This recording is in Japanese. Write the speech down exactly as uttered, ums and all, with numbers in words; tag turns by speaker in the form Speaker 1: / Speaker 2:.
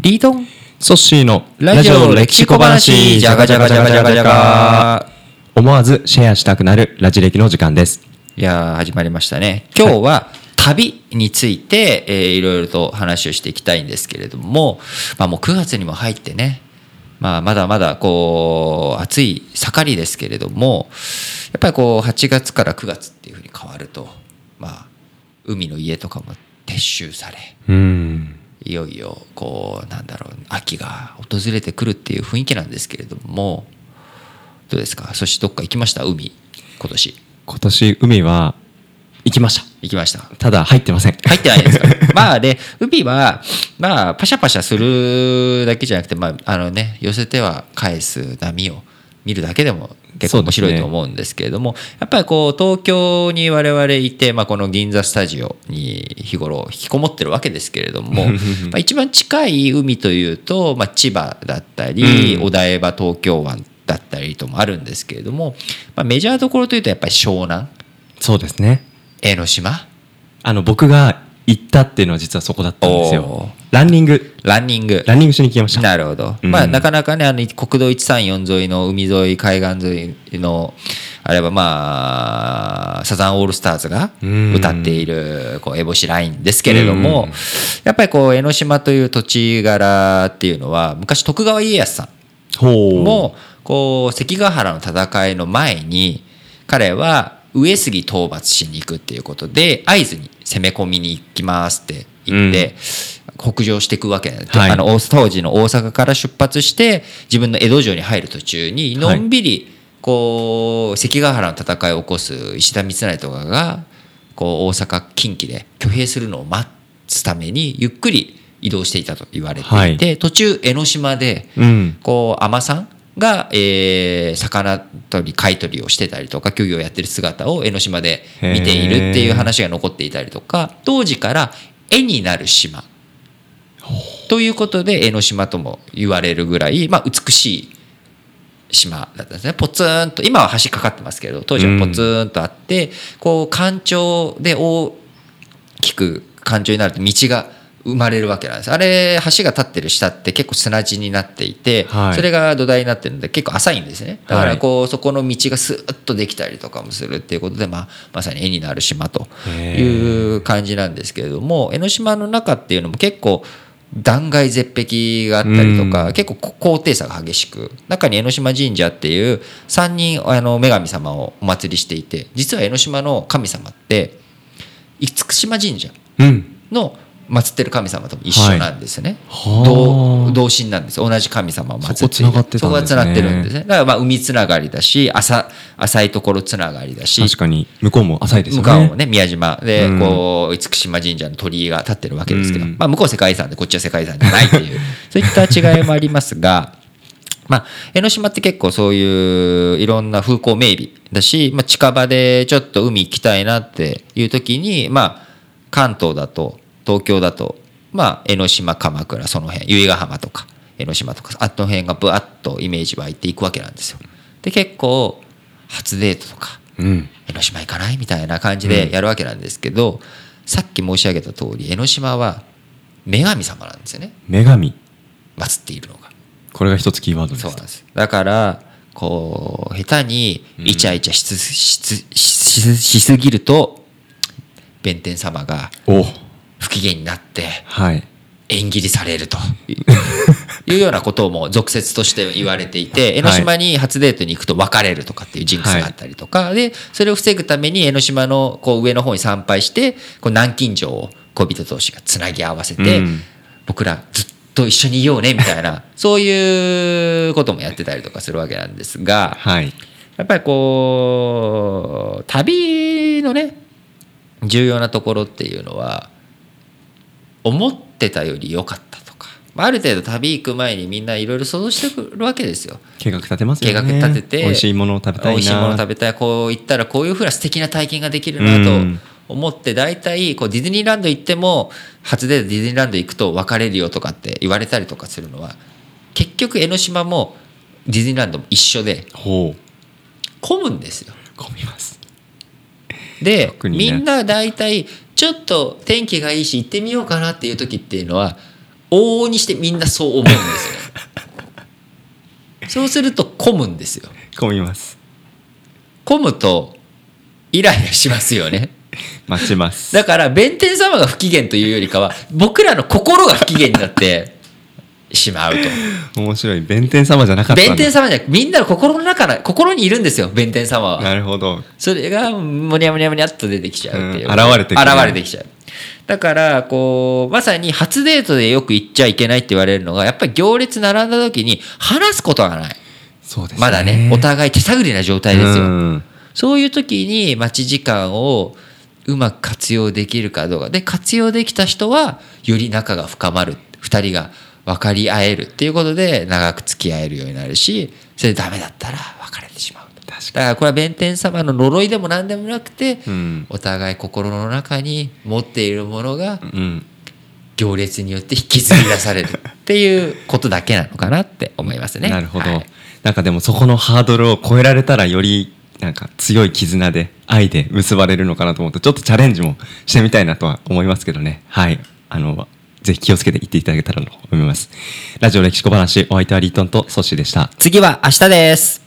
Speaker 1: リートン
Speaker 2: ソッシーの
Speaker 1: ラジオ歴史小話じゃがじゃがじゃがじゃがじゃが。
Speaker 2: 思わずシェアしたくなるラジ歴の時間です。
Speaker 1: いやー始まりましたね。今日は旅について、えー、いろいろと話をしていきたいんですけれども、まあ、もうくがつにも入ってね、まあ、まだまだこう暑い盛りですけれども、やっぱりこうはちがつからくがつっていうふうに変わると、まあ、海の家とかも撤収され、
Speaker 2: うん
Speaker 1: いよいよこうなんだろう秋が訪れてくるっていう雰囲気なんですけれども、どうですか。そしてどっか行きました？海今年
Speaker 2: 今年海は行きました。
Speaker 1: 行きました。
Speaker 2: ただ入ってません。
Speaker 1: 入ってないですか？まあで海はまあパシャパシャするだけじゃなくて、まああのね寄せては返す波を見るだけでも結構面白いと思うんですけれども、ね、やっぱりこう東京に我々いて、まあ、この銀座スタジオに日頃引きこもってるわけですけれどもまあ一番近い海というと、まあ、千葉だったり、うん、お台場東京湾だったりともあるんですけれども、まあ、メジャーどころというとやっぱり湘南、
Speaker 2: そうですね、
Speaker 1: 江ノ島、
Speaker 2: あの僕が行ったっていうのは実はそこだったんですよ。ランニング
Speaker 1: ランニング
Speaker 2: ランニングしに来ました。
Speaker 1: なるほど、うん、まあなかなかねあの国道いちさんよん沿いの海沿い海岸沿いのあればまあサザンオールスターズが歌っているこう烏帽子ラインですけれども、やっぱりこう江ノ島という土地柄っていうのは昔徳川家康さんもこう関ヶ原の戦いの前に彼は上杉討伐しに行くっていうことで会津に攻め込みに行きますって言って、うん、北上していくわけなんです、はい、あの当時の大阪から出発して自分の江戸城に入る途中にのんびりこう関ヶ原の戦いを起こす石田三成とかがこう大阪近畿で挙兵するのを待つためにゆっくり移動していたと言われていて、はい、途中江ノ島でこう海女さんが、えー、魚取り貝取りをしてたりとか漁業をやってる姿を江ノ島で見ているっていう話が残っていたりとか、当時から絵になる島ということで江ノ島とも言われるぐらい、まあ、美しい島だったんですね。ポツンと今は橋かかってますけど当時はポツンとあって、うん、こう干潮で大きく干潮になると道が生まれるわけなんです。あれ橋が立ってる下って結構砂地になっていて、はい、それが土台になってるので結構浅いんですね。だからこう、はい、そこの道がスーッとできたりとかもするっていうことで、まあ、まさに絵になる島という感じなんですけれども、江ノ島の中っていうのも結構断崖絶壁があったりとか、うん、結構高低差が激しく、中に江ノ島神社っていうさんにんあの女神様をお祭りしていて、実は江ノ島の神様って厳島神社の、うん祀ってる神様とも一緒なんですね、はい、同, 同心なんですよ。同じ神様を祀っている。そこつながってたんですね。そこがつながってるんですね。だからまあ海つながりだし 浅, 浅いところつながりだし、
Speaker 2: 確かに向こうも浅いですよね。
Speaker 1: 向こうもね宮島でこう厳島神社の鳥居が立ってるわけですけど、うんまあ、向こうは世界遺産でこっちは世界遺産じゃないというそういった違いもありますがまあ、江ノ島って結構そういういろんな風光明媚だし、まあ、近場でちょっと海行きたいなっていう時に、まあ、関東だと東京だと、まあ、江ノ島鎌倉その辺由比ヶ浜とか江ノ島とかあの辺がぶわっとイメージ湧いていくわけなんですよ。で結構初デートとか、うん、江ノ島行かないみたいな感じでやるわけなんですけど、うん、さっき申し上げた通り江ノ島は女神様なんですよね。女
Speaker 2: 神
Speaker 1: 祀っているのが
Speaker 2: これが一つキーワードです。
Speaker 1: そうなんです。だからこう下手にイチャイチャしつ、うん、し, し, し, しすぎると弁天様が不機嫌になって、はい、縁切りされるというようなことも俗説として言われていて、江ノ島に初デートに行くと別れるとかっていうジンクスがあったりとか、はい、でそれを防ぐために江ノ島のこう上の方に参拝してこう南京錠を恋人同士がつなぎ合わせて、うん、僕らずっと一緒にいようねみたいなそういうこともやってたりとかするわけなんですが、はい、やっぱりこう旅のね重要なところっていうのは思ってたより良かったとか、ある程度旅行く前にみんないろいろ想像してくるわけですよ。
Speaker 2: 計画立てますよね。
Speaker 1: 計画立てて
Speaker 2: 美味しいものを食べたいな、
Speaker 1: 美味しいものを食べたい、こう行ったらこういうふうな素敵な体験ができるなと思って、大体こうディズニーランド行っても初デートディズニーランド行くと別れるよとかって言われたりとかするのは、結局江ノ島もディズニーランドも一緒で混むんですよ。
Speaker 2: 混みます。
Speaker 1: で、ね、みんな大体ちょっと天気がいいし行ってみようかなっていう時っていうのは往々にしてみんなそう思うんですよねそうすると混むんですよ。
Speaker 2: 混みます。
Speaker 1: 混むとイライラしますよね
Speaker 2: 待ちます。
Speaker 1: だから弁天様が不機嫌というよりかは僕らの心が不機嫌になってしまうと。
Speaker 2: 面白い。弁天様じゃなかったんだ。
Speaker 1: 弁天様じゃなくみんなの心の中の心にいるんですよ弁天様は。
Speaker 2: なるほど。
Speaker 1: それがむにゃむにゃむにゃっと出てきちゃうっていう、
Speaker 2: うん、現れてくる。
Speaker 1: 現れてきちゃう。だからこうまさに初デートでよく行っちゃいけないって言われるのがやっぱり行列並んだ時に話すことがない。
Speaker 2: そうですね。
Speaker 1: まだねお互い手探りな状態ですよ。
Speaker 2: うん、
Speaker 1: そういう時に待ち時間をうまく活用できるかどうかで、活用できた人はより仲が深まる、二人が分かり合えるっていうことで長く付き合えるようになるし、それでダメだったら別れてしまう。
Speaker 2: 確かに。
Speaker 1: だからこれは弁天様の呪いでも何でもなくて、
Speaker 2: うん、
Speaker 1: お互い心の中に持っているものが
Speaker 2: うん
Speaker 1: 行列によって引きずり出されるっていうことだけなのかなって思いますね。
Speaker 2: なるほど、
Speaker 1: はい、
Speaker 2: なんかでもそこのハードルを超えられたらよりなんか強い絆で愛で結ばれるのかなと思うとちょっとチャレンジもしてみたいなとは思いますけどね。はい、あのぜひ気をつけていっていただけたらと思います。ラジオ歴史小話、お相手はリートンとソッシーでした。
Speaker 1: 次は明日です。